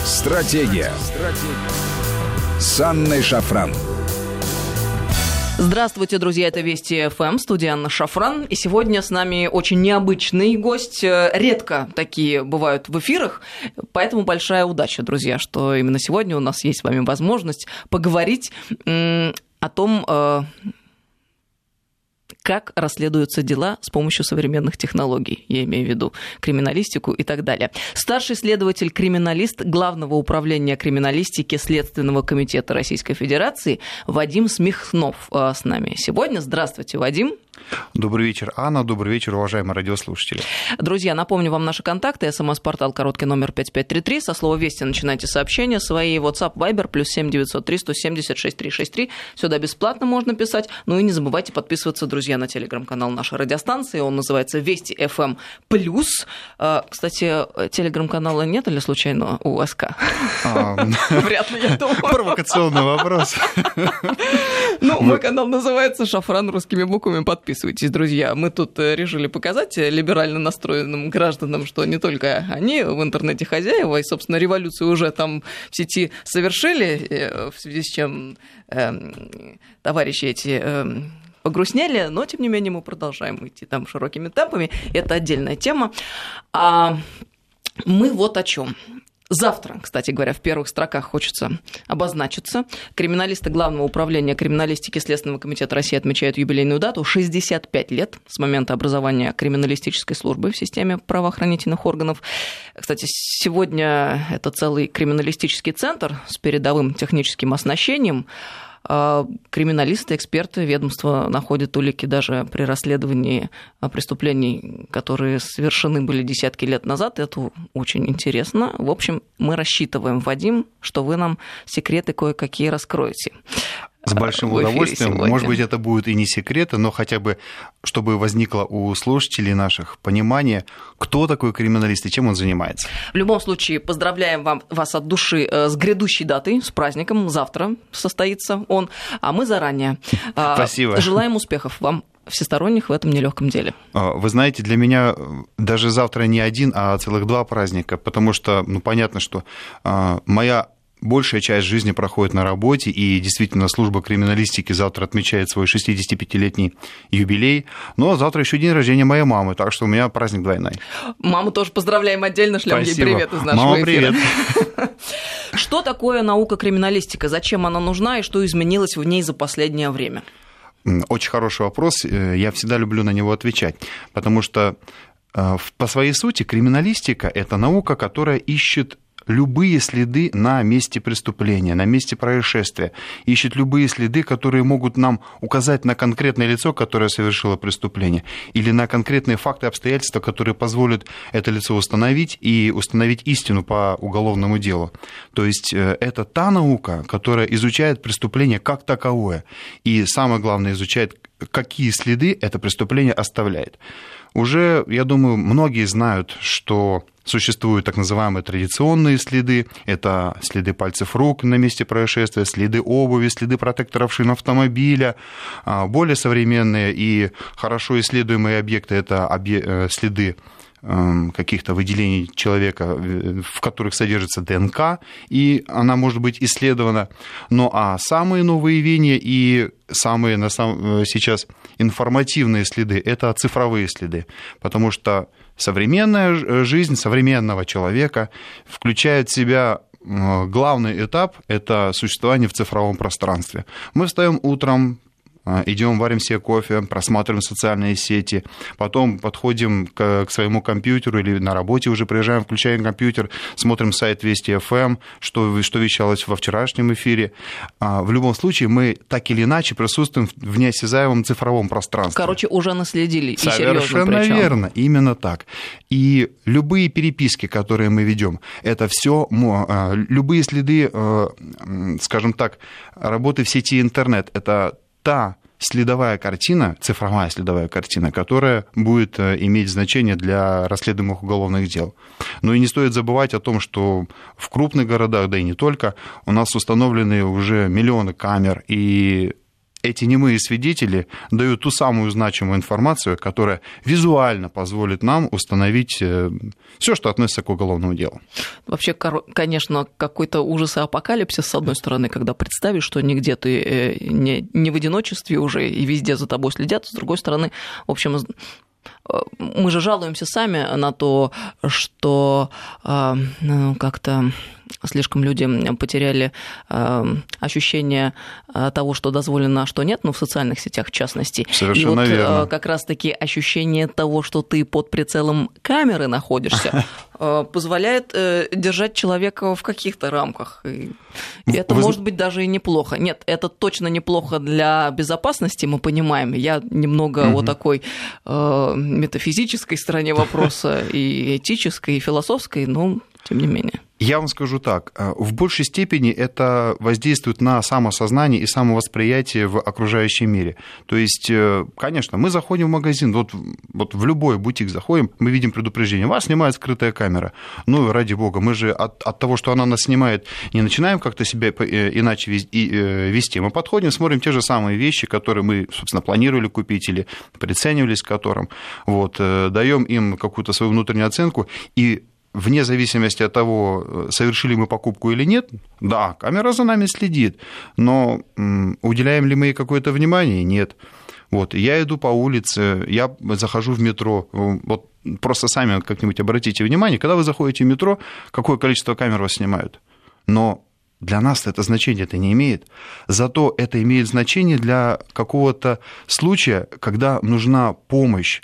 Стратегия. С Анной Шафран. Здравствуйте, друзья, это Вести ФМ, студия Анна Шафран. И сегодня с нами очень необычный гость. Редко такие бывают в эфирах, поэтому большая удача, друзья, что именно сегодня у нас есть с вами возможность поговорить о том, как расследуются дела с помощью современных технологий, я имею в виду криминалистику и так далее. Старший следователь-криминалист Главного управления криминалистики Следственного комитета Российской Федерации Вадим Смехнов с нами сегодня. Здравствуйте, Вадим. Добрый вечер, Анна. Добрый вечер, уважаемые радиослушатели. Друзья, напомню вам наши контакты. СМС-портал короткий номер 5533. Со слова «Вести» начинайте сообщения свои. WhatsApp, Viber, +7 903 170 6363. Сюда бесплатно можно писать. Ну и не забывайте подписываться, друзья, на телеграм-канал нашей радиостанции. Он называется «Вести ФМ+». Кстати, телеграм-канала нет или случайно у СК? Вряд ли, я думаю. Провокационный вопрос. Ну, мой канал называется «Шафран» русскими буквами. Подписывайтесь, друзья. Мы тут решили показать либерально настроенным гражданам, что не только они в интернете хозяева, и, собственно, революцию уже там в сети совершили, в связи с чем товарищи эти погрустнели, но, тем не менее, мы продолжаем идти там широкими темпами. Это отдельная тема. А мы вот о чем. Завтра, кстати говоря, в первых строках хочется обозначиться. Криминалисты Главного управления криминалистики Следственного комитета России отмечают юбилейную дату – 65 лет с момента образования криминалистической службы в системе правоохранительных органов. Кстати, сегодня это целый криминалистический центр с передовым техническим оснащением. Криминалисты, эксперты ведомства находят улики даже при расследовании преступлений, которые совершены были десятки лет назад. Это очень интересно. В общем, мы рассчитываем, Вадим, что вы нам секреты кое-какие раскроете. С большим удовольствием. Сегодня. Может быть, это будут и не секреты, но хотя бы, чтобы возникло у слушателей наших понимание, кто такой криминалист и чем он занимается. В любом случае, поздравляем вас от души с грядущей датой, с праздником. Завтра состоится он, а мы заранее. Спасибо. Желаем успехов вам всесторонних в этом нелегком деле. Вы знаете, для меня даже завтра не один, а целых два праздника, потому что, понятно, что моя большая часть жизни проходит на работе, и действительно служба криминалистики завтра отмечает свой 65-летний юбилей. Но завтра еще день рождения моей мамы, так что у меня праздник двойной. Маму тоже поздравляем отдельно, шлем ей привет из нашего Мама, эфира. привет. Что такое наука криминалистика? Зачем она нужна и что изменилось в ней за последнее время? Очень хороший вопрос. Я всегда люблю на него отвечать, потому что по своей сути криминалистика – это наука, которая ищет любые следы на месте преступления, на месте происшествия, ищет любые следы, которые могут нам указать на конкретное лицо, которое совершило преступление, или на конкретные факты, обстоятельства, которые позволят это лицо установить и установить истину по уголовному делу. То есть это та наука, которая изучает преступление как таковое, и самое главное, изучает, какие следы это преступление оставляет. Уже, я думаю, многие знают, что существуют так называемые традиционные следы. Это следы пальцев рук на месте происшествия, следы обуви, следы протекторов шин автомобиля. Более современные и хорошо исследуемые объекты – это следы каких-то выделений человека, в которых содержится ДНК, и она может быть исследована. Ну а самые новые веяния и самые сейчас информативные следы – это цифровые следы, потому что современная жизнь современного человека включает в себя главный этап – это существование в цифровом пространстве. Мы встаем утром, идем, варим себе кофе, просматриваем социальные сети, потом подходим к своему компьютеру или на работе уже приезжаем, включаем компьютер, смотрим сайт Вести ФМ, что вещалось во вчерашнем эфире. В любом случае мы так или иначе присутствуем в неосязаемом цифровом пространстве. Короче, уже наследили. И совершенно верно, именно так. И любые переписки, которые мы ведем, это все любые следы, скажем так, работы в сети интернет, это та следовая картина, цифровая следовая картина, которая будет иметь значение для расследуемых уголовных дел. Но и не стоит забывать о том, что в крупных городах, да и не только, у нас установлены уже миллионы камер, и эти немые свидетели дают ту самую значимую информацию, которая визуально позволит нам установить все, что относится к уголовному делу. Вообще, конечно, какой-то ужас и апокалипсис, с одной стороны, когда представишь, что нигде ты не в одиночестве уже и везде за тобой следят, с другой стороны, в общем, мы же жалуемся сами на то, что как-то слишком люди потеряли ощущение того, что дозволено, а что нет, в социальных сетях в частности. Совершенно и верно. Как раз-таки ощущение того, что ты под прицелом камеры находишься, позволяет держать человека в каких-то рамках. И это может быть даже и неплохо. Нет, это точно неплохо для безопасности, мы понимаем. Я немного о такой метафизической стороне вопроса, и этической, и философской, но тем не менее. Я вам скажу так, в большей степени это воздействует на самосознание и самовосприятие в окружающем мире. То есть, конечно, мы заходим в магазин, вот в любой бутик заходим, мы видим предупреждение, вас снимает скрытая камера. Ну, ради бога, мы же от того, что она нас снимает, не начинаем как-то себя иначе вести. Мы подходим, смотрим те же самые вещи, которые мы, собственно, планировали купить или приценивались к которым, даем им какую-то свою внутреннюю оценку, и вне зависимости от того, совершили мы покупку или нет, да, камера за нами следит, но уделяем ли мы ей какое-то внимание? Нет. Я иду по улице, я захожу в метро, просто сами как-нибудь обратите внимание, когда вы заходите в метро, какое количество камер вас снимают. Но для нас это значение не имеет. Зато это имеет значение для какого-то случая, когда нужна помощь,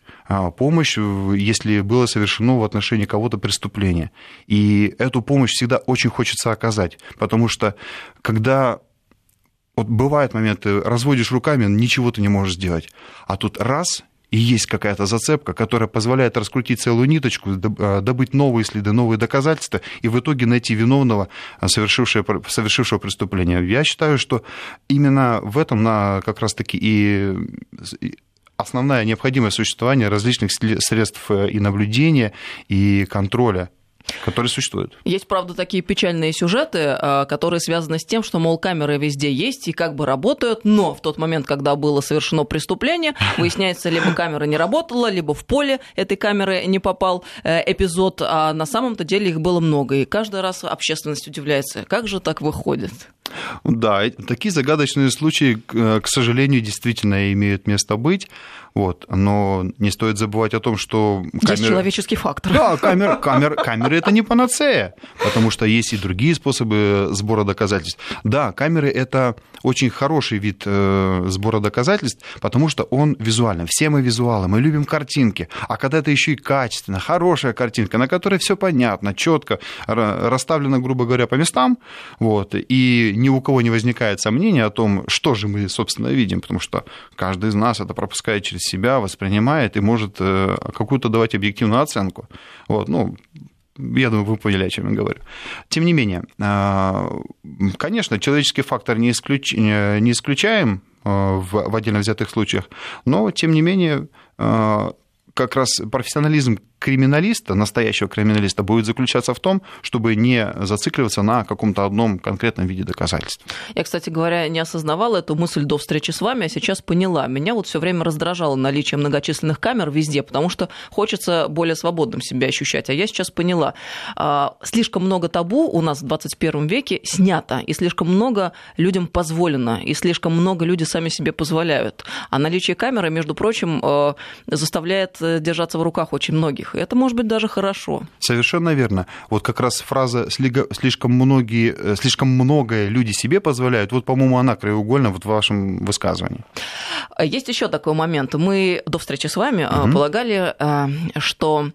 если было совершено в отношении кого-то преступление. И эту помощь всегда очень хочется оказать, потому что когда бывают моменты, разводишь руками, ничего ты не можешь сделать, а тут раз — и есть какая-то зацепка, которая позволяет раскрутить целую ниточку, добыть новые следы, новые доказательства и в итоге найти виновного, совершившего преступление. Я считаю, что именно в этом как раз-таки и основная необходимость существования различных средств и наблюдения, и контроля, которые существуют. Есть, правда, такие печальные сюжеты, которые связаны с тем, что, мол, камеры везде есть и как бы работают, но в тот момент, когда было совершено преступление, выясняется, либо камера не работала, либо в поле этой камеры не попал эпизод, а на самом-то деле их было много. И каждый раз общественность удивляется, как же так выходит? Да, такие загадочные случаи, к сожалению, действительно имеют место быть. Но не стоит забывать о том, что есть человеческий фактор. Да, камеры это не панацея, потому что есть и другие способы сбора доказательств. Да, камеры это очень хороший вид сбора доказательств, потому что он визуальный. Все мы визуалы, мы любим картинки, а когда это еще и качественно, хорошая картинка, на которой все понятно, четко расставлено, грубо говоря, по местам, и ни у кого не возникает сомнения о том, что же мы, собственно, видим, потому что каждый из нас это пропускает через себя, воспринимает и может какую-то давать объективную оценку. Я думаю, вы поняли, о чем я говорю. Тем не менее, конечно, человеческий фактор не исключаем в отдельно взятых случаях, но, тем не менее, как раз профессионализм криминалиста, настоящего криминалиста, будет заключаться в том, чтобы не зацикливаться на каком-то одном конкретном виде доказательств. Я, кстати говоря, не осознавала эту мысль до встречи с вами, а сейчас поняла. Меня все время раздражало наличие многочисленных камер везде, потому что хочется более свободным себя ощущать. А я сейчас поняла. Слишком много табу у нас в 21 веке снято, и слишком много людям позволено, и слишком много люди сами себе позволяют. А наличие камеры, между прочим, заставляет держаться в руках очень многих. Это может быть даже хорошо. Совершенно верно. Как раз фраза «слишком многое люди себе позволяют», по-моему, она краеугольна в вашем высказывании. Есть еще такой момент. Мы до встречи с вами полагали, что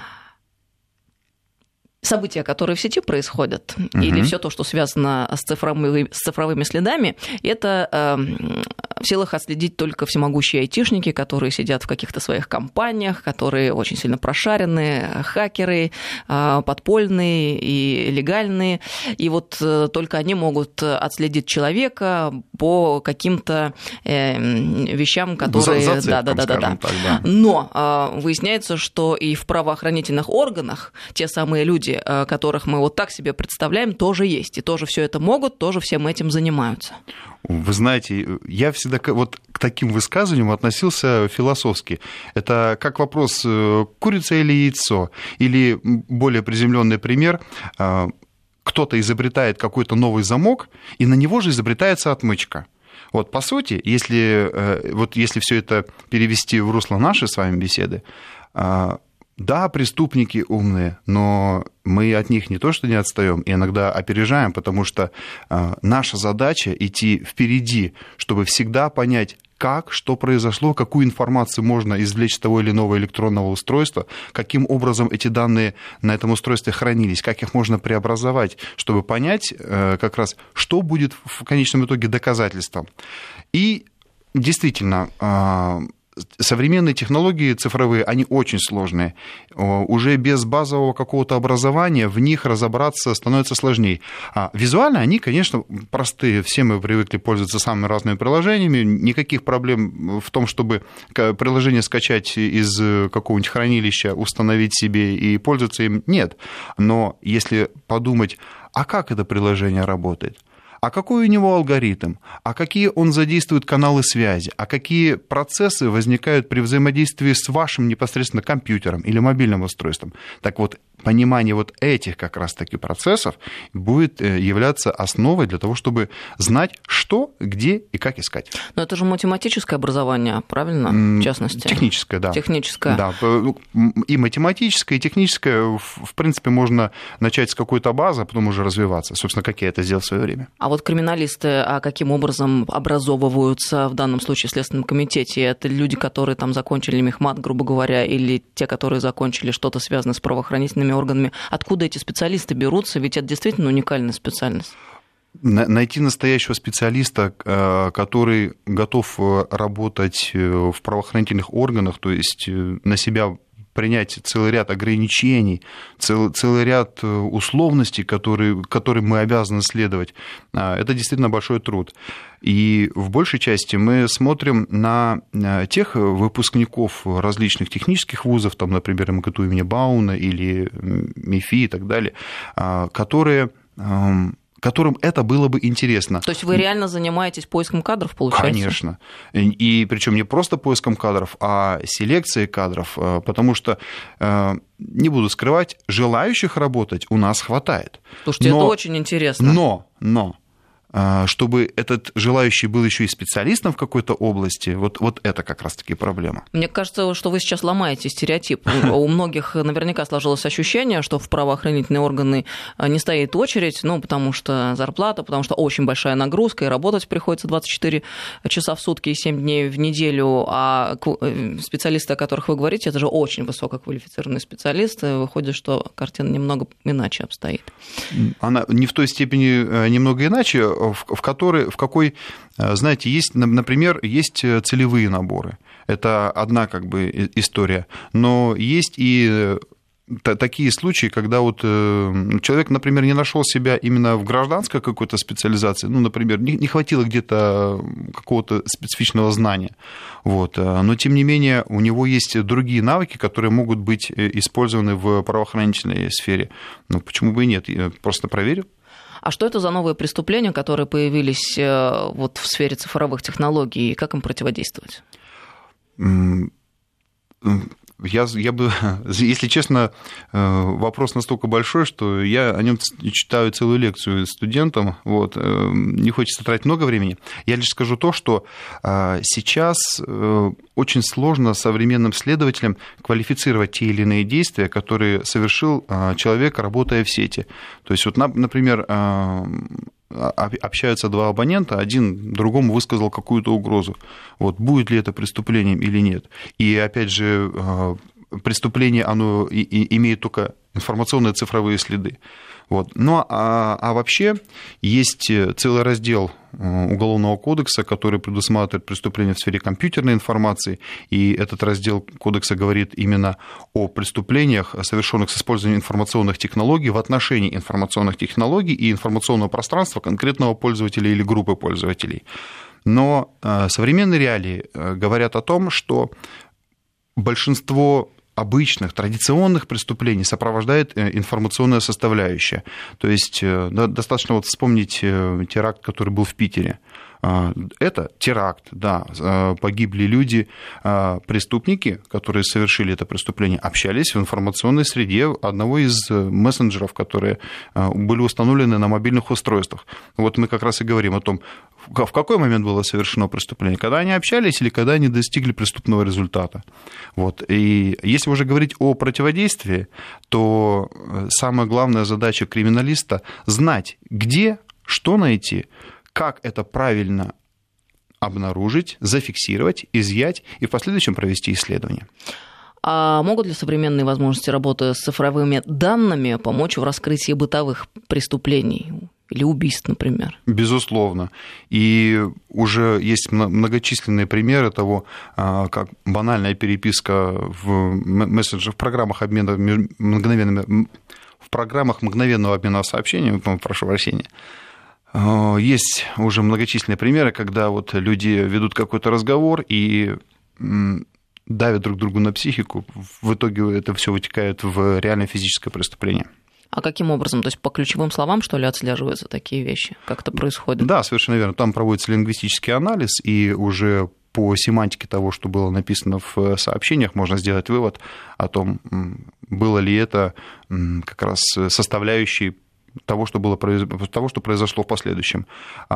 события, которые в сети происходят, или все то, что связано с цифровыми следами, это в силах отследить только всемогущие айтишники, которые сидят в каких-то своих компаниях, которые очень сильно прошаренные, хакеры, подпольные и легальные. И только они могут отследить человека по каким-то вещам, которые... Зацепкам, скажем так, да. Но выясняется, что и в правоохранительных органах те самые люди, которых мы так себе представляем, тоже есть. И тоже все это могут, тоже всем этим занимаются. Вы знаете, я всегда вот к таким высказываниям относился философски. Это как вопрос, курица или яйцо? Или более приземленный пример, кто-то изобретает какой-то новый замок, и на него же изобретается отмычка. Вот, по сути, если все это перевести в русло нашей с вами беседы, да, преступники умные, но мы от них не то что не отстаем, иногда опережаем, потому что наша задача идти впереди, чтобы всегда понять, как, что произошло, какую информацию можно извлечь с того или иного электронного устройства, каким образом эти данные на этом устройстве хранились, как их можно преобразовать, чтобы понять как раз, что будет в конечном итоге доказательством. И действительно, современные технологии цифровые, они очень сложные. Уже без базового какого-то образования в них разобраться становится сложнее. Визуально они, конечно, простые. Все мы привыкли пользоваться самыми разными приложениями. Никаких проблем в том, чтобы приложение скачать из какого-нибудь хранилища, установить себе и пользоваться им, нет. Но если подумать, а как это приложение работает? А какой у него алгоритм, а какие он задействует каналы связи, а какие процессы возникают при взаимодействии с вашим непосредственно компьютером или мобильным устройством. Так вот, понимание вот этих как раз-таки процессов будет являться основой для того, чтобы знать, что, где и как искать. Но это же математическое образование, правильно, в частности? Техническое, да. Техническое. Да, и математическое, и техническое, в принципе, можно начать с какой-то базы, а потом уже развиваться. Собственно, как я это сделал в свое время. А вот криминалисты, каким образом образовываются в данном случае в Следственном комитете? Это люди, которые там закончили мехмат, грубо говоря, или те, которые закончили что-то связанное с правоохранительными органами? Откуда эти специалисты берутся? Ведь это действительно уникальная специальность. Найти настоящего специалиста, который готов работать в правоохранительных органах, то есть на себя принять целый ряд ограничений, целый ряд условностей, которым мы обязаны следовать, это действительно большой труд. И в большей части мы смотрим на тех выпускников различных технических вузов, там, например, МГТУ имени Бауна или МИФИ и так далее, которым это было бы интересно. То есть вы реально занимаетесь поиском кадров, получается? Конечно. И причем не просто поиском кадров, а селекцией кадров, потому что, не буду скрывать, желающих работать у нас хватает. Слушайте, это очень интересно. Но чтобы этот желающий был еще и специалистом в какой-то области, вот это как раз-таки проблема. Мне кажется, что вы сейчас ломаете стереотип. У многих наверняка сложилось ощущение, что в правоохранительные органы не стоит очередь, потому что зарплата, потому что очень большая нагрузка, и работать приходится 24 часа в сутки и 7 дней в неделю, а специалисты, о которых вы говорите, это же очень высококвалифицированные специалисты. Выходит, что картина немного иначе обстоит. Она не в той степени немного иначе, в какой, знаете, есть, например, есть целевые наборы. Это одна как бы история. Но есть и такие случаи, когда вот человек, например, не нашел себя именно в гражданской какой-то специализации, например, не хватило где-то какого-то специфичного знания. Но, тем не менее, у него есть другие навыки, которые могут быть использованы в правоохранительной сфере. Почему бы и нет? Я просто проверю. А что это за новые преступления, которые появились в сфере цифровых технологий, и как им противодействовать? Я бы, если честно, вопрос настолько большой, что я о нем читаю целую лекцию студентам, не хочется тратить много времени. Я лишь скажу то, что сейчас очень сложно современным следователям квалифицировать те или иные действия, которые совершил человек, работая в сети. То есть, например, общаются два абонента, один другому высказал какую-то угрозу. Будет ли это преступлением или нет? И, опять же, преступление, оно имеет только информационные цифровые следы. А вообще есть целый раздел Уголовного кодекса, который предусматривает преступления в сфере компьютерной информации, и этот раздел кодекса говорит именно о преступлениях, совершенных с использованием информационных технологий в отношении информационных технологий и информационного пространства конкретного пользователя или группы пользователей. Но современные реалии говорят о том, что большинство обычных, традиционных преступлений сопровождает информационная составляющая. То есть достаточно вспомнить теракт, который был в Питере. Это теракт, да, погибли люди, преступники, которые совершили это преступление, общались в информационной среде одного из мессенджеров, которые были установлены на мобильных устройствах. Вот мы как раз и говорим о том, в какой момент было совершено преступление, когда они общались или когда они достигли преступного результата. Вот. И если уже говорить о противодействии, то самая главная задача криминалиста – знать, где, что найти, как это правильно обнаружить, зафиксировать, изъять и в последующем провести исследование. А могут ли современные возможности работы с цифровыми данными помочь в раскрытии бытовых преступлений? Или убийств, например. Безусловно. И уже есть многочисленные примеры того, как банальная переписка в мессенджерах, в программах обмена в программах мгновенного обмена сообщениями, прошу прощения, есть уже многочисленные примеры, когда вот люди ведут какой-то разговор и давят друг другу на психику. В итоге это все вытекает в реальное физическое преступление. А каким образом? То есть по ключевым словам, что ли, отслеживаются такие вещи? Как это происходит? Да, совершенно верно. Там проводится лингвистический анализ, и уже по семантике того, что было написано в сообщениях, можно сделать вывод о том, было ли это как раз составляющей того, что произошло в последующем.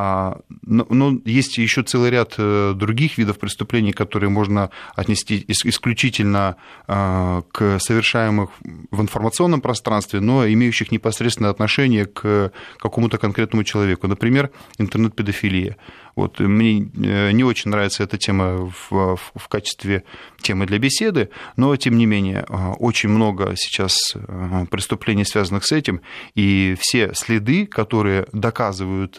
Но есть еще целый ряд других видов преступлений, которые можно отнести исключительно к совершаемым в информационном пространстве, но имеющих непосредственное отношение к какому-то конкретному человеку. Например, интернет-педофилия. Вот, мне не очень нравится эта тема в качестве темы для беседы, но, тем не менее, очень много сейчас преступлений, связанных с этим, и все следы, которые доказывают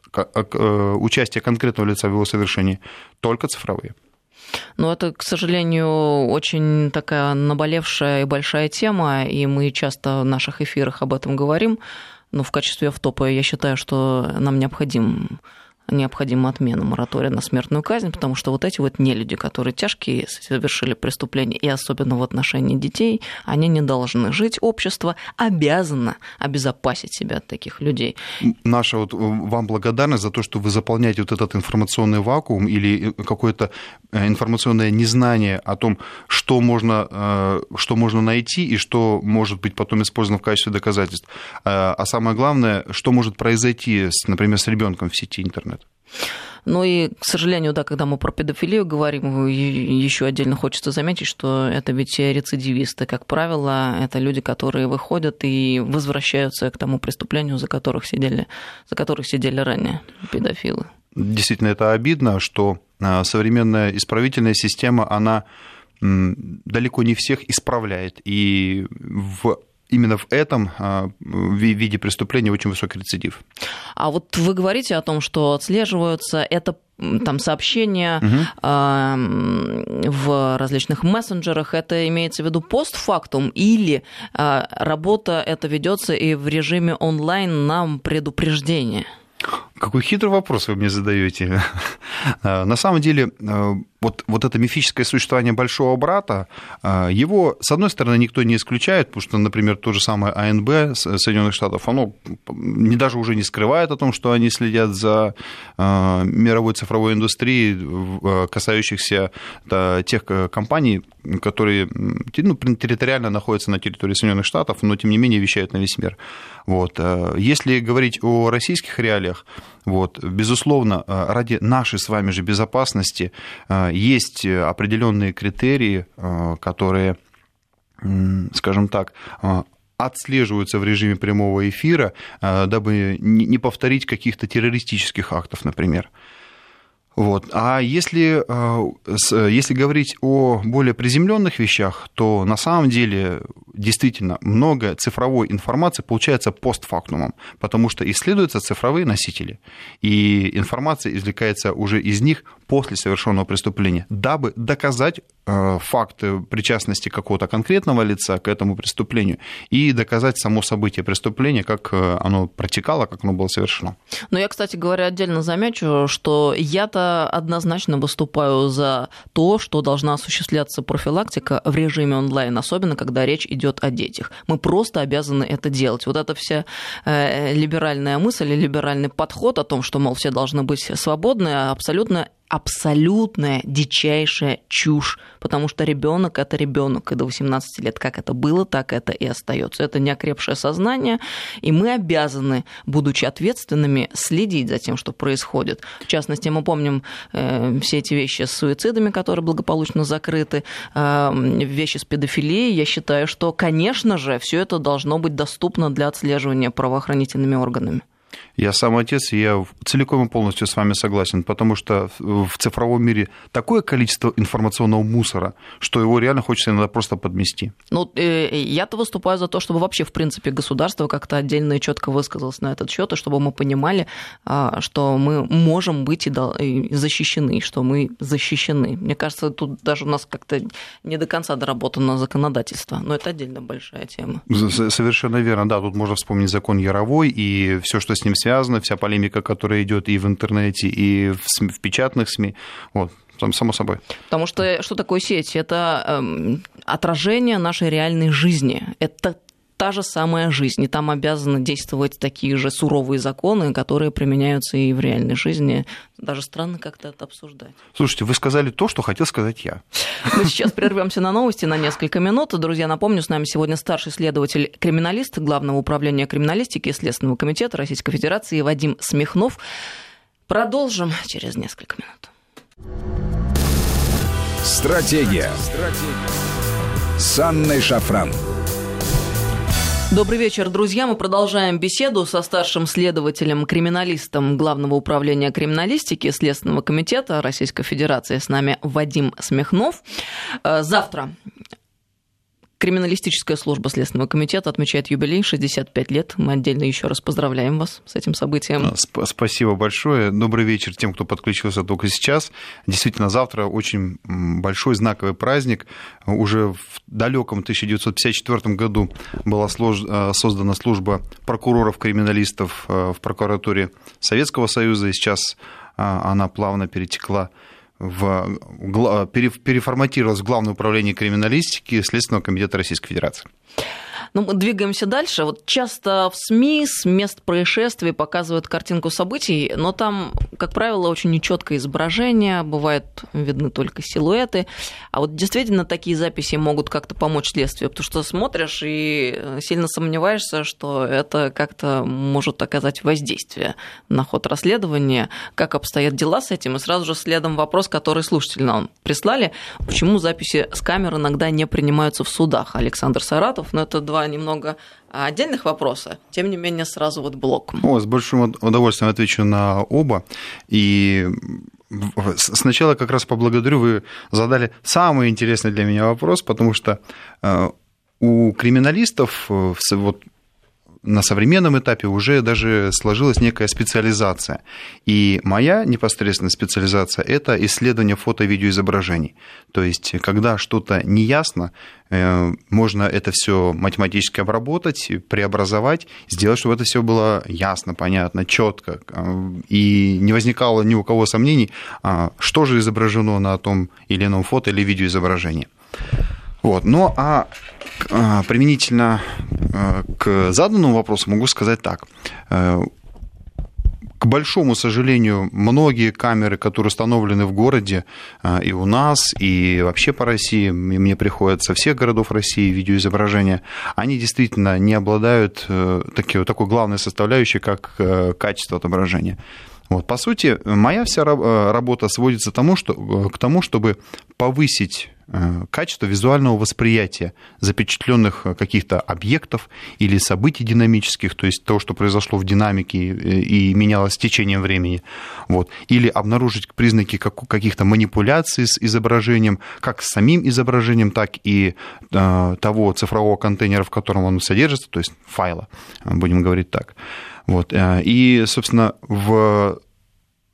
участие конкретного лица в его совершении, только цифровые. Но это, к сожалению, очень такая наболевшая и большая тема, и мы часто в наших эфирах об этом говорим, но в качестве оффтопа я считаю, что нам необходима отмена моратория на смертную казнь, потому что вот эти вот нелюди, которые тяжкие совершили преступления, и особенно в отношении детей, они не должны жить. Общество обязано обезопасить себя от таких людей. Наша вот вам благодарность за то, что вы заполняете вот этот информационный вакуум или какое-то информационное незнание о том, что можно найти и что может быть потом использовано в качестве доказательств. А самое главное, что может произойти, например, с ребенком в сети интернет. Ну и, к сожалению, да, когда мы про педофилию говорим, еще отдельно хочется заметить, что это ведь рецидивисты, как правило, это люди, которые выходят и возвращаются к тому преступлению, за которых сидели ранее педофилы. Действительно, это обидно, что современная исправительная система, она далеко не всех исправляет, и именно в этом виде преступления очень высокий рецидив. А вот вы говорите о том, что отслеживаются это там сообщения в различных мессенджерах, это имеется в виду постфактум или работа эта ведется и в режиме онлайн на предупреждение? Какой хитрый вопрос вы мне задаете. На самом деле, вот это мифическое существование большого брата, его, с одной стороны, никто не исключает, потому что, например, то же самое АНБ Соединенных Штатов, оно даже уже не скрывает о том, что они следят за мировой цифровой индустрией, касающихся тех компаний, которые территориально находятся на территории Соединенных Штатов, но, тем не менее, вещают на весь мир. Вот. Если говорить о российских реалиях, безусловно, ради нашей с вами же безопасности есть определенные критерии, которые, скажем так, отслеживаются в режиме прямого эфира, дабы не повторить каких-то террористических актов, например. А если говорить о более приземленных вещах, то на самом деле действительно много цифровой информации получается постфактумом, потому что исследуются цифровые носители, и информация извлекается уже из них после совершенного преступления, дабы доказать факт причастности какого-то конкретного лица к этому преступлению и доказать само событие преступления, как оно протекало, как оно было совершено. Но я, кстати говоря, отдельно замечу, что я-то однозначно выступаю за то, что должна осуществляться профилактика в режиме онлайн, особенно когда речь идет о детях. Мы просто обязаны это делать. Вот эта вся либеральная мысль и либеральный подход о том, что, мол, все должны быть свободны, абсолютная дичайшая чушь, потому что ребенок это ребенок, и до 18 лет как это было, так это и остается. Это неокрепшее сознание, и мы обязаны, будучи ответственными, следить за тем, что происходит. В частности, мы помним все эти вещи с суицидами, которые благополучно закрыты, вещи с педофилией. Я считаю, что, конечно же, все это должно быть доступно для отслеживания правоохранительными органами. Я сам отец, и я целиком и полностью с вами согласен, потому что в цифровом мире такое количество информационного мусора, что его реально хочется иногда просто подмести. Ну, я-то выступаю за то, чтобы вообще, в принципе, государство как-то отдельно и четко высказалось на этот счет, и чтобы мы понимали, что мы можем быть и защищены, что мы защищены. Мне кажется, тут даже у нас как-то не до конца доработано законодательство, но это отдельно большая тема. Совершенно верно, да, тут можно вспомнить закон Яровой и все, что с ним связано, вся полемика, которая идет и в интернете, и в печатных СМИ. Вот. Само собой. Потому что что такое сеть? Это отражение нашей реальной жизни. Это та же самая жизнь, и там обязаны действовать такие же суровые законы, которые применяются и в реальной жизни. Даже странно как-то это обсуждать. Слушайте, вы сказали то, что хотел сказать я. Мы сейчас прервемся на новости на несколько минут. Друзья, напомню, с нами сегодня старший следователь-криминалист Главного управления криминалистики и Следственного комитета Российской Федерации Вадим Смехнов. Продолжим через несколько минут. Стратегия. С Анной Шафран. Добрый вечер, друзья. Мы продолжаем беседу со старшим следователем-криминалистом Главного управления криминалистики и Следственного комитета Российской Федерации. С нами Вадим Смехнов. Завтра криминалистическая служба Следственного комитета отмечает юбилей, 65 лет. Мы отдельно еще раз поздравляем вас с этим событием. Спасибо большое. Добрый вечер тем, кто подключился только сейчас. Действительно, завтра очень большой знаковый праздник. Уже в далеком 1954 году была создана служба прокуроров-криминалистов в прокуратуре Советского Союза, и сейчас она плавно перетекла переформатировалось в Главное управление криминалистики Следственного комитета Российской Федерации. Ну, мы двигаемся дальше. Вот часто в СМИ с мест происшествий показывают картинку событий, но там, как правило, очень нечеткое изображение, бывают видны только силуэты. А вот действительно такие записи могут как-то помочь следствию, потому что смотришь и сильно сомневаешься, что это как-то может оказать воздействие на ход расследования, как обстоят дела с этим. И сразу же следом вопрос, который слушатели нам прислали, почему записи с камер иногда не принимаются в судах. Александр Саратов, но это два немного отдельных вопроса, тем не менее сразу вот блок. С большим удовольствием отвечу на оба. И сначала как раз поблагодарю, вы задали самый интересный для меня вопрос, потому что у криминалистов вот на современном этапе уже даже сложилась некая специализация. И моя непосредственная специализация – это исследование фото-видеоизображений. То есть, когда что-то неясно, можно это все математически обработать, преобразовать, сделать, чтобы это все было ясно, понятно, четко, и не возникало ни у кого сомнений, что же изображено на том или ином фото или видеоизображении. Вот. Ну, а применительно к заданному вопросу могу сказать так. К большому сожалению, многие камеры, которые установлены в городе и у нас, и вообще по России, и мне приходят со всех городов России видеоизображения, они действительно не обладают такой главной составляющей, как качество отображения. Вот, по сути, моя вся работа сводится к тому, чтобы повысить качество визуального восприятия запечатленных каких-то объектов или событий динамических, то есть того, что произошло в динамике и менялось с течением времени, вот, или обнаружить признаки каких-то манипуляций с изображением, как с самим изображением, так и того цифрового контейнера, в котором оно содержится, то есть файла, будем говорить так. Вот. И, собственно, в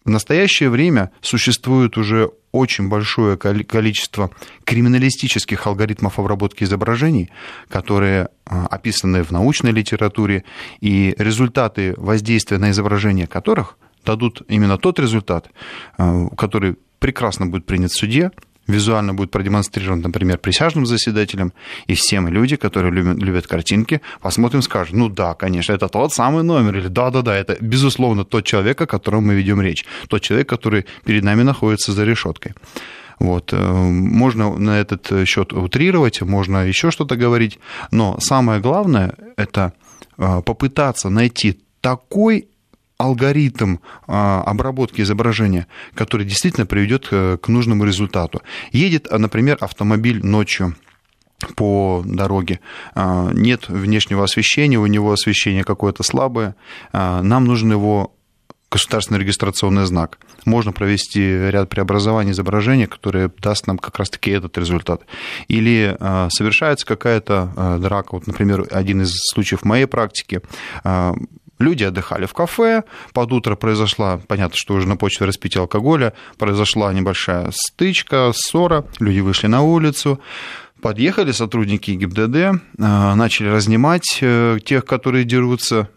В настоящее время существует уже очень большое количество криминалистических алгоритмов обработки изображений, которые описаны в научной литературе, и результаты воздействия на изображение которых дадут именно тот результат, который прекрасно будет принят в суде, визуально будет продемонстрирован, например, присяжным заседателям, и все мы люди, которые любят картинки, посмотрим, скажем, ну да, конечно, это тот самый номер, или да-да-да, это, безусловно, тот человек, о котором мы ведем речь, тот человек, который перед нами находится за решеткой. Вот. Можно на этот счет утрировать, можно еще что-то говорить, но самое главное – это попытаться найти такой алгоритм обработки изображения, который действительно приведет к нужному результату. Едет, например, автомобиль ночью по дороге, нет внешнего освещения, у него освещение какое-то слабое, нам нужен его государственный регистрационный знак. Можно провести ряд преобразований изображения, которые даст нам как раз-таки этот результат. Или совершается какая-то драка, вот, например, один из случаев в моей практике. Люди отдыхали в кафе, под утро произошла, понятно, что уже на почве распития алкоголя, произошла небольшая стычка, ссора, люди вышли на улицу, подъехали сотрудники ГИБДД, начали разнимать тех, которые дерутся,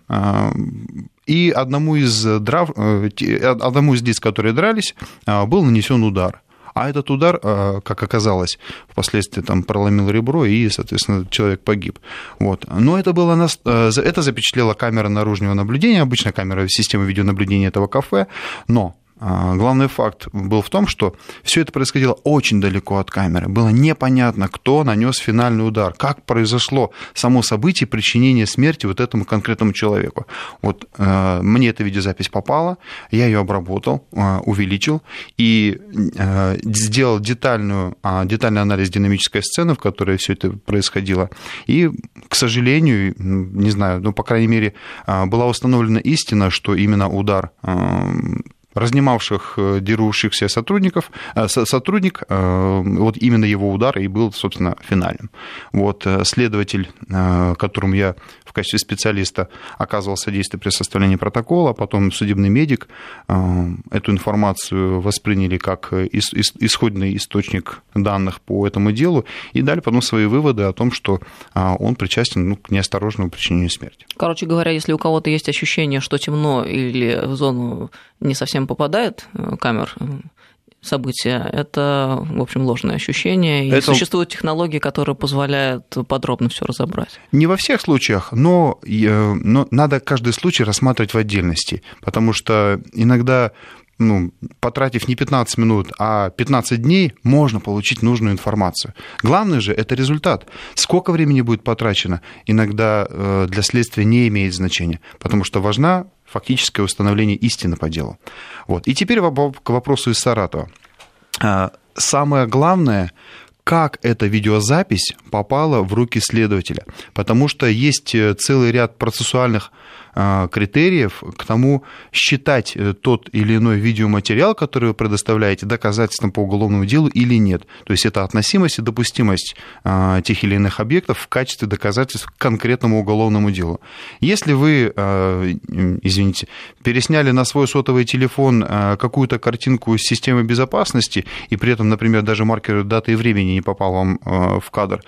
и одному из лиц, которые дрались, был нанесен удар. А этот удар, как оказалось, впоследствии там проломил ребро, и, соответственно, человек погиб. Вот. Но это запечатлела камера наружного наблюдения, обычная камера системы видеонаблюдения этого кафе, но главный факт был в том, что все это происходило очень далеко от камеры. Было непонятно, кто нанес финальный удар, как произошло само событие причинения смерти вот этому конкретному человеку. Вот мне эта видеозапись попала, я ее обработал, увеличил и сделал детальный анализ динамической сцены, в которой все это происходило. И, к сожалению, не знаю, по крайней мере, была установлена истина, что именно удар разнимавших дерущихся сотрудник, вот именно его удар и был, собственно, финальным. Вот следователь, которому я в качестве специалиста оказывал содействие при составлении протокола, потом судебный медик эту информацию восприняли как исходный источник данных по этому делу и дали потом свои выводы о том, что он причастен к неосторожному причинению смерти. Короче говоря, если у кого-то есть ощущение, что темно или в зону не совсем попадает камер события, это, в общем, ложное ощущение. И существуют технологии, которые позволяют подробно все разобрать. Не во всех случаях, но надо каждый случай рассматривать в отдельности, потому что иногда, потратив не 15 минут, а 15 дней, можно получить нужную информацию. Главное же – это результат. Сколько времени будет потрачено, иногда для следствия не имеет значения, потому что важна фактическое установление истины по делу. Вот. И теперь к вопросу из Саратова. Самое главное, как эта видеозапись попала в руки следователя, потому что есть целый ряд процессуальных критериев к тому, считать тот или иной видеоматериал, который вы предоставляете, доказательством по уголовному делу или нет. То есть это относимость и допустимость тех или иных объектов в качестве доказательств к конкретному уголовному делу. Если вы, пересняли на свой сотовый телефон какую-то картинку с системы безопасности, и при этом, например, даже маркер даты и времени не попал вам в кадр,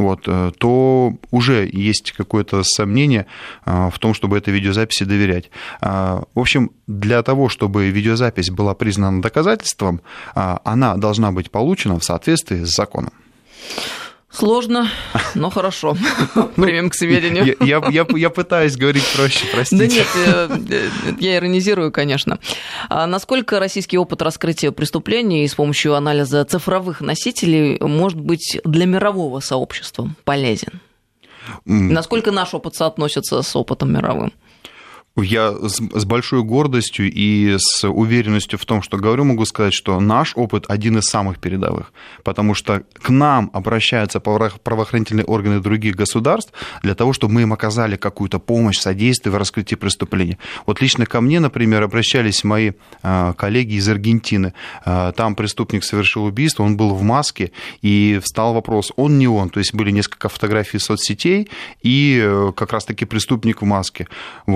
то уже есть какое-то сомнение в том, чтобы этой видеозаписи доверять. В общем, для того, чтобы видеозапись была признана доказательством, она должна быть получена в соответствии с законом. Сложно, но хорошо. Примем к сведению. Я пытаюсь говорить проще, простите. Да нет, я иронизирую, конечно. Насколько российский опыт раскрытия преступлений с помощью анализа цифровых носителей может быть для мирового сообщества полезен? Насколько наш опыт соотносится с опытом мировым? Я с большой гордостью и с уверенностью в том, что говорю, могу сказать, что наш опыт один из самых передовых, потому что к нам обращаются правоохранительные органы других государств для того, чтобы мы им оказали какую-то помощь, содействие в раскрытии преступления. Вот лично ко мне, например, обращались мои коллеги из Аргентины. Там преступник совершил убийство, он был в маске, и встал вопрос, он не он. То есть были несколько фотографий соцсетей, и как раз-таки преступник в маске. Вот.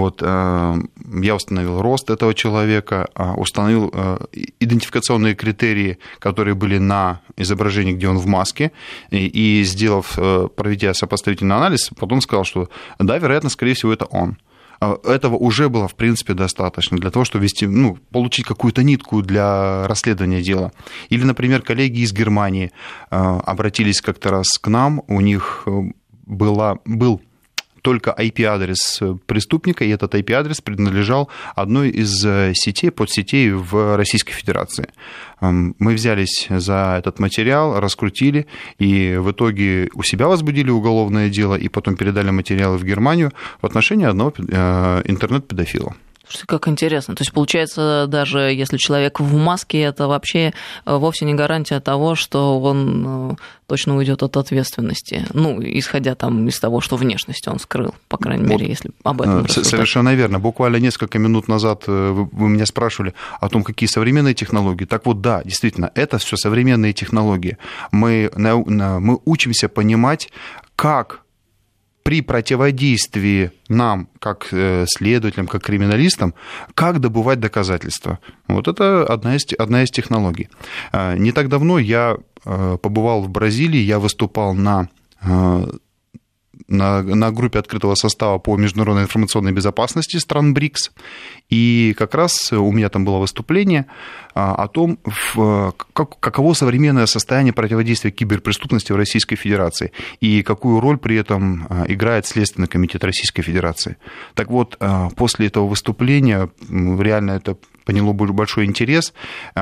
я установил рост этого человека, установил идентификационные критерии, которые были на изображении, где он в маске, и проведя сопоставительный анализ, потом сказал, что да, вероятно, скорее всего, это он. Этого уже было, в принципе, достаточно для того, чтобы получить какую-то нитку для расследования дела. Или, например, коллеги из Германии обратились как-то раз к нам, у них был только IP-адрес преступника, и этот IP-адрес принадлежал одной из подсетей в Российской Федерации. Мы взялись за этот материал, раскрутили, и в итоге у себя возбудили уголовное дело, и потом передали материалы в Германию в отношении одного интернет-педофила. Как интересно. То есть, получается, даже если человек в маске, это вообще вовсе не гарантия того, что он точно уйдет от ответственности. Исходя из того, что внешность он скрыл, по крайней мере, если об этом рассуждать. Совершенно верно. Буквально несколько минут назад вы меня спрашивали о том, какие современные технологии. Так вот, да, действительно, это все современные технологии. Мы учимся понимать, как при противодействии нам, как следователям, как криминалистам, как добывать доказательства. Вот это одна из технологий. Не так давно я побывал в Бразилии, я выступал на группе открытого состава по международной информационной безопасности стран БРИКС, и как раз у меня там было выступление о том, каково современное состояние противодействия киберпреступности в Российской Федерации и какую роль при этом играет Следственный комитет Российской Федерации. Так вот, после этого выступления реально это подняло большой интерес,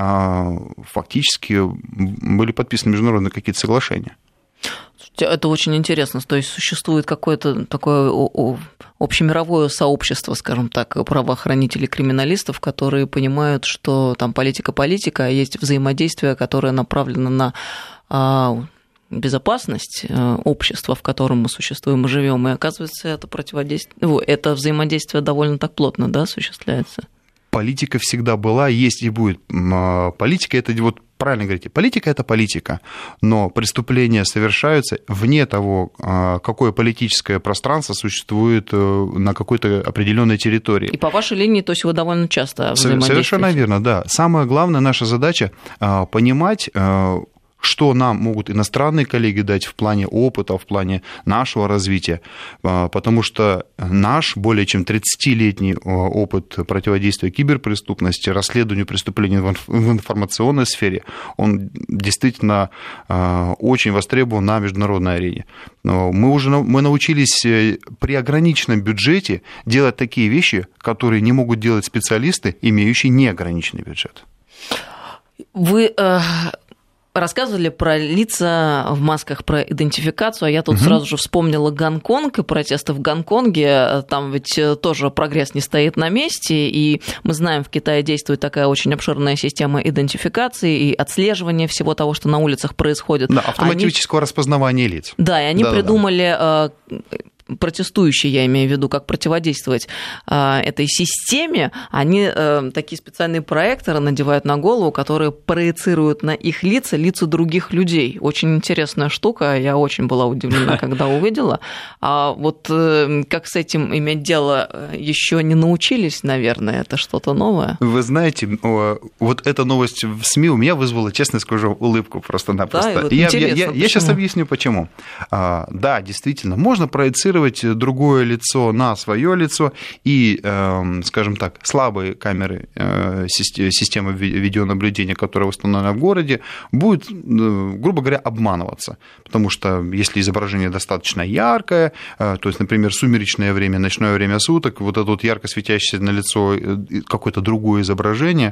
фактически были подписаны международные какие-то соглашения. Это очень интересно. То есть существует какое-то такое общемировое сообщество, скажем так, правоохранителей, криминалистов, которые понимают, что там политика, а есть взаимодействие, которое направлено на безопасность общества, в котором мы существуем и живем. И оказывается, это взаимодействие довольно так плотно, да, осуществляется. Политика всегда была, есть и будет. Политика — это правильно говорите, политика — это политика, но преступления совершаются вне того, какое политическое пространство существует на какой-то определенной территории. И по вашей линии, то есть вы довольно часто взаимодействуете. Совершенно верно, да. Самая главная наша задача — понимать, что нам могут иностранные коллеги дать в плане опыта, в плане нашего развития, потому что наш более чем 30-летний опыт противодействия киберпреступности, расследованию преступлений в информационной сфере, он действительно очень востребован на международной арене. Мы научились при ограниченном бюджете делать такие вещи, которые не могут делать специалисты, имеющие неограниченный бюджет. Вы рассказывали про лица в масках, про идентификацию, а я тут сразу же вспомнила Гонконг и протесты в Гонконге. Там ведь тоже прогресс не стоит на месте, и мы знаем, в Китае действует такая очень обширная система идентификации и отслеживания всего того, что на улицах происходит. Да, автоматического распознавания лиц. Да, и они придумали... протестующие, я имею в виду, как противодействовать этой системе, они такие специальные проекторы надевают на голову, которые проецируют на их лица других людей. Очень интересная штука, я очень была удивлена, когда увидела. А вот как с этим иметь дело, еще не научились, наверное, это что-то новое? Вы знаете, вот эта новость в СМИ у меня вызвала, честно скажу, улыбку просто-напросто. Да, вот я сейчас объясню, почему. Да, действительно, можно проецировать другое лицо на свое лицо, и, скажем так, слабые камеры системы видеонаблюдения, которая установлена в городе, будет, грубо говоря, обманываться. Потому что если изображение достаточно яркое, то есть, например, сумеречное время, ночное время суток, вот это вот ярко светящееся на лицо какое-то другое изображение,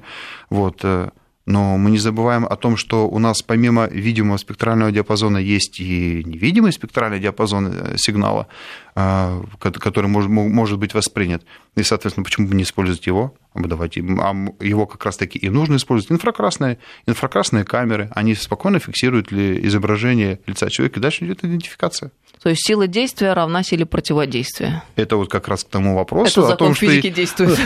но мы не забываем о том, что у нас помимо видимого спектрального диапазона есть и невидимый спектральный диапазон сигнала, который может быть воспринят. И, соответственно, почему бы не использовать его? Его как раз-таки и нужно использовать. Инфракрасные камеры, они спокойно фиксируют изображение лица человека, и дальше идет идентификация. То есть сила действия равна силе противодействия. Это вот как раз к тому вопросу. Это закон физики действует.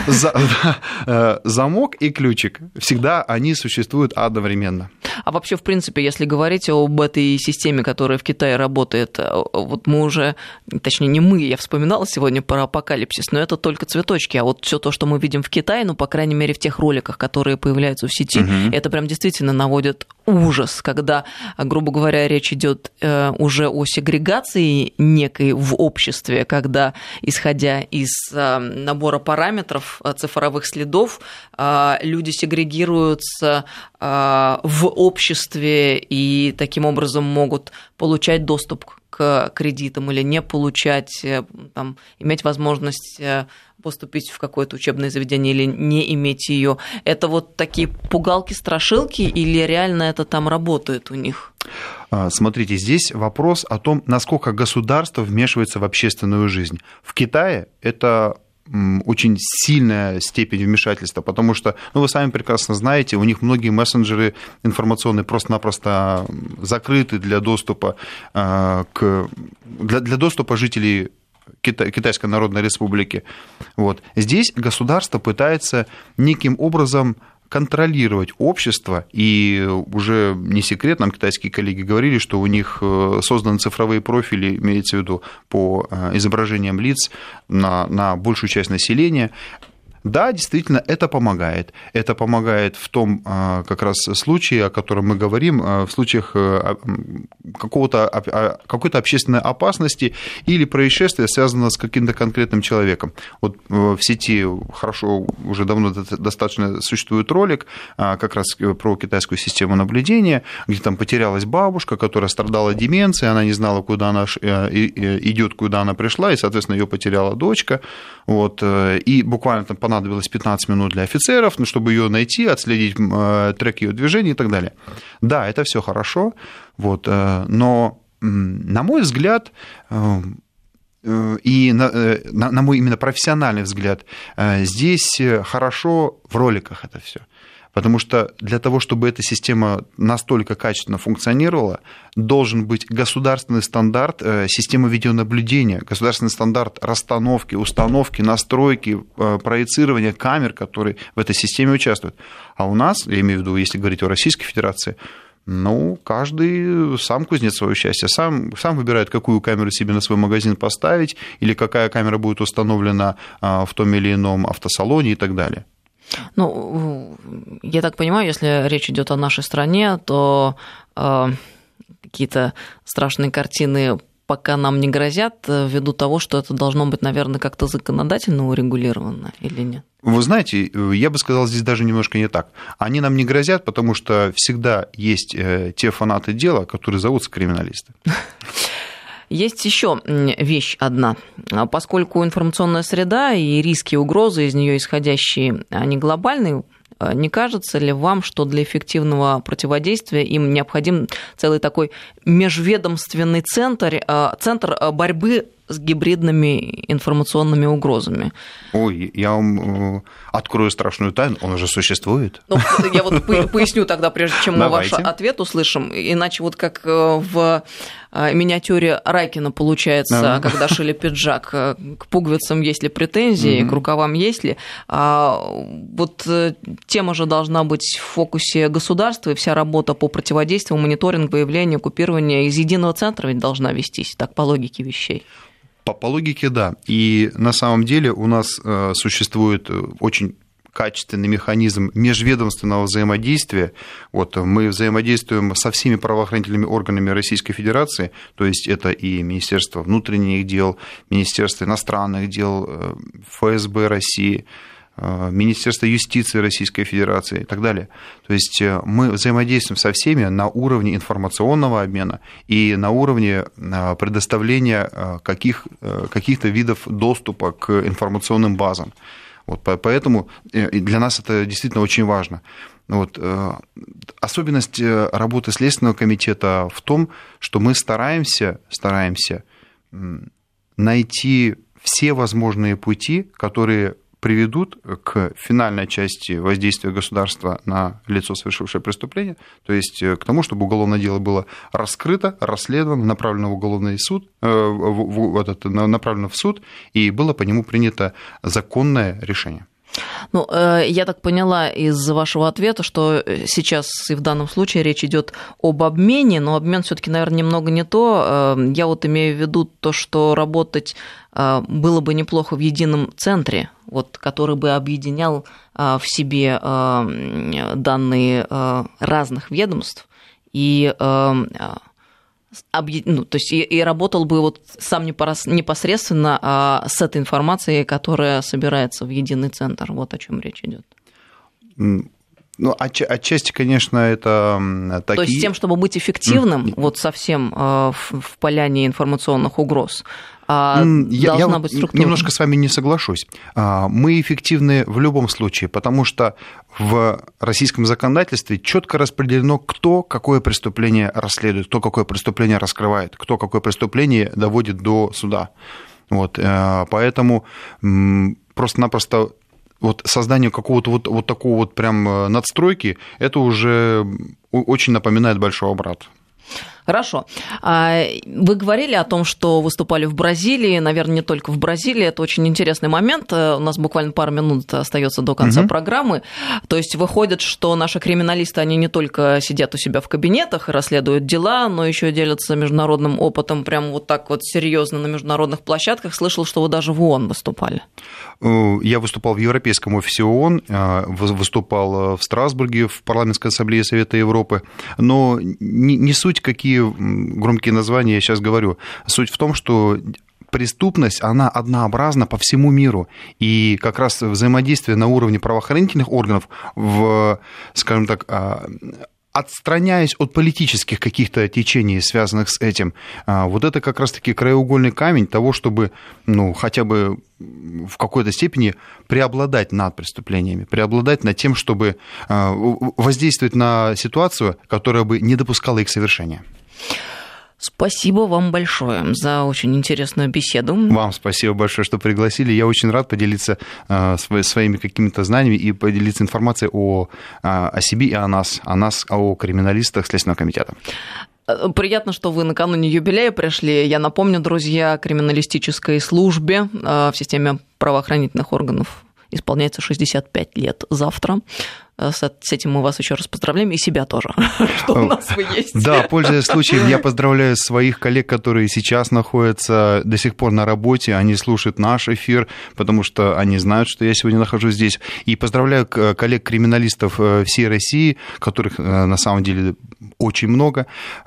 Замок и ключик, всегда они существуют одновременно. А вообще, в принципе, если говорить об этой системе, которая в Китае работает, вот мы уже, точнее, не мы. Я вспоминала сегодня про апокалипсис, но это только цветочки. А вот все то, что мы видим в Китае, ну, по крайней мере, в тех роликах, которые появляются в сети, это прям действительно наводит ужас, когда, грубо говоря, речь идет уже о сегрегации некой в обществе, когда, исходя из набора параметров цифровых следов, люди сегрегируются в обществе и таким образом могут получать доступ к кредитам или не получать, там, иметь возможность поступить в какое-то учебное заведение или не иметь ее. Это вот такие пугалки-страшилки или реально это там работает у них? Смотрите, здесь вопрос о том, насколько государство вмешивается в общественную жизнь. В Китае это очень сильная степень вмешательства, потому что, ну, вы сами прекрасно знаете, у них многие мессенджеры информационные просто-напросто закрыты для доступа для доступа жителей Китайской Народной Республики. Вот. Здесь государство пытается неким образом контролировать общество, и уже не секрет, нам китайские коллеги говорили, что у них созданы цифровые профили, имеется в виду по изображениям лиц на большую часть населения. Да, действительно, это помогает. Это помогает в том как раз случае, о котором мы говорим, в случаях какой-то общественной опасности или происшествия, связанного с каким-то конкретным человеком. Вот в сети хорошо, уже давно достаточно существует ролик как раз про китайскую систему наблюдения, где там потерялась бабушка, которая страдала деменцией, она не знала, куда она идет, куда она пришла, и, соответственно, ее потеряла дочка. Вот, и буквально там понадобилось 15 минут для офицеров, чтобы ее найти, отследить трек ее движения и так далее. Да, это все хорошо, вот, но, на мой взгляд, и на мой именно профессиональный взгляд, здесь хорошо в роликах это все. Потому что для того, чтобы эта система настолько качественно функционировала, должен быть государственный стандарт системы видеонаблюдения, государственный стандарт расстановки, установки, настройки, проецирования камер, которые в этой системе участвуют. А у нас, я имею в виду, если говорить о Российской Федерации, ну, каждый сам кузнец своего счастья, сам выбирает, какую камеру себе на свой магазин поставить, или какая камера будет установлена в том или ином автосалоне и так далее. Ну, я так понимаю, если речь идет о нашей стране, то какие-то страшные картины пока нам не грозят, ввиду того, что это должно быть, наверное, как-то законодательно урегулировано или нет? Вы знаете, я бы сказал, здесь даже немножко не так. Они нам не грозят, потому что всегда есть те фанаты дела, которые зовутся криминалисты. Есть еще вещь одна. Поскольку информационная среда и риски и угрозы из нее исходящие, они глобальные, не кажется ли вам, что для эффективного противодействия им необходим целый такой межведомственный центр борьбы с гибридными информационными угрозами? Ой, я вам открою страшную тайну, он уже существует. Ну, я вот поясню тогда, прежде чем мы ваш ответ услышим, иначе вот как в миниатюре Райкина получается, когда шили пиджак, к пуговицам есть ли претензии, к рукавам есть ли. Вот тема же должна быть в фокусе государства, и вся работа по противодействию, мониторинг, выявлению, купирование из единого центра ведь должна вестись, так по логике вещей. По логике, да. И на самом деле у нас существует очень качественный механизм межведомственного взаимодействия. Вот мы взаимодействуем со всеми правоохранительными органами Российской Федерации, то есть это и Министерство внутренних дел, Министерство иностранных дел, ФСБ России, Министерство юстиции Российской Федерации и так далее. То есть мы взаимодействуем со всеми на уровне информационного обмена и на уровне предоставления каких-то видов доступа к информационным базам. Вот, поэтому для нас это действительно очень важно. Вот. Особенность работы Следственного комитета в том, что мы стараемся найти все возможные пути, которые приведут к финальной части воздействия государства на лицо, совершившее преступление, то есть к тому, чтобы уголовное дело было раскрыто, расследовано, направлено в уголовный суд, направлено в суд, и было по нему принято законное решение. Ну, я так поняла из вашего ответа, что сейчас и в данном случае речь идет об обмене, но обмен все-таки, наверное, немного не то. Я вот имею в виду то, что работать было бы неплохо в едином центре, вот, который бы объединял в себе данные разных ведомств и то есть и работал бы вот сам непосредственно с этой информацией, которая собирается в единый центр. Вот о чем речь идет. Ну, отчасти, конечно, это такие... То есть с тем, чтобы быть эффективным, вот совсем в поляне информационных угроз, должна быть структура. Немножко с вами не соглашусь. Мы эффективны в любом случае, потому что в российском законодательстве четко распределено, кто какое преступление расследует, кто какое преступление раскрывает, кто какое преступление доводит до суда. Вот, поэтому просто-напросто вот создание какого-то вот такого вот прям надстройки, это уже очень напоминает большого брата. Хорошо. Вы говорили о том, что выступали в Бразилии, наверное, не только в Бразилии. Это очень интересный момент. У нас буквально пару минут остается до конца программы. То есть выходит, что наши криминалисты, они не только сидят у себя в кабинетах и расследуют дела, но еще делятся международным опытом прямо вот так вот серьезно на международных площадках. Слышал, что вы даже в ООН выступали. Я выступал в Европейском офисе ООН, выступал в Страсбурге, в Парламентской ассамблее Совета Европы. Но не суть, какие громкие названия я сейчас говорю. Суть в том, что преступность, она однообразна по всему миру. И как раз взаимодействие на уровне правоохранительных органов, скажем так, отстраняясь от политических каких-то течений, связанных с этим, вот это как раз-таки краеугольный камень того, чтобы хотя бы в какой-то степени преобладать над преступлениями, преобладать над тем, чтобы воздействовать на ситуацию, которая бы не допускала их совершения. Спасибо вам большое за очень интересную беседу. Вам спасибо большое, что пригласили. Я очень рад поделиться своими какими-то знаниями и поделиться информацией о себе и о нас, о криминалистах Следственного комитета. Приятно, что вы накануне юбилея пришли. Я напомню, друзья, криминалистической службе в системе правоохранительных органов исполняется 65 лет завтра. С этим мы вас еще раз поздравляем, и себя тоже, что у нас вы есть. Да, пользуясь случаем, я поздравляю своих коллег, которые сейчас находятся до сих пор на работе, они слушают наш эфир, потому что они знают, что я сегодня нахожусь здесь. И поздравляю коллег-криминалистов всей России, которых на самом деле очень много,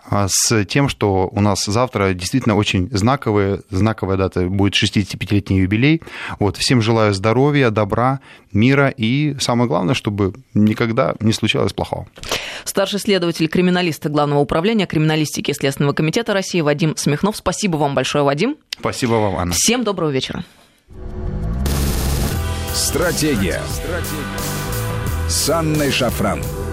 с тем, что у нас завтра действительно очень знаковая дата, будет 65-летний юбилей. Вот, всем желаю здоровья, добра, мира и, самое главное, чтобы никогда не случалось плохого. Старший следователь криминалиста Главного управления криминалистики Следственного комитета России Вадим Смехнов. Спасибо вам большое, Вадим. Спасибо вам, Анна. Всем доброго вечера. Стратегия. С Анной Шафран.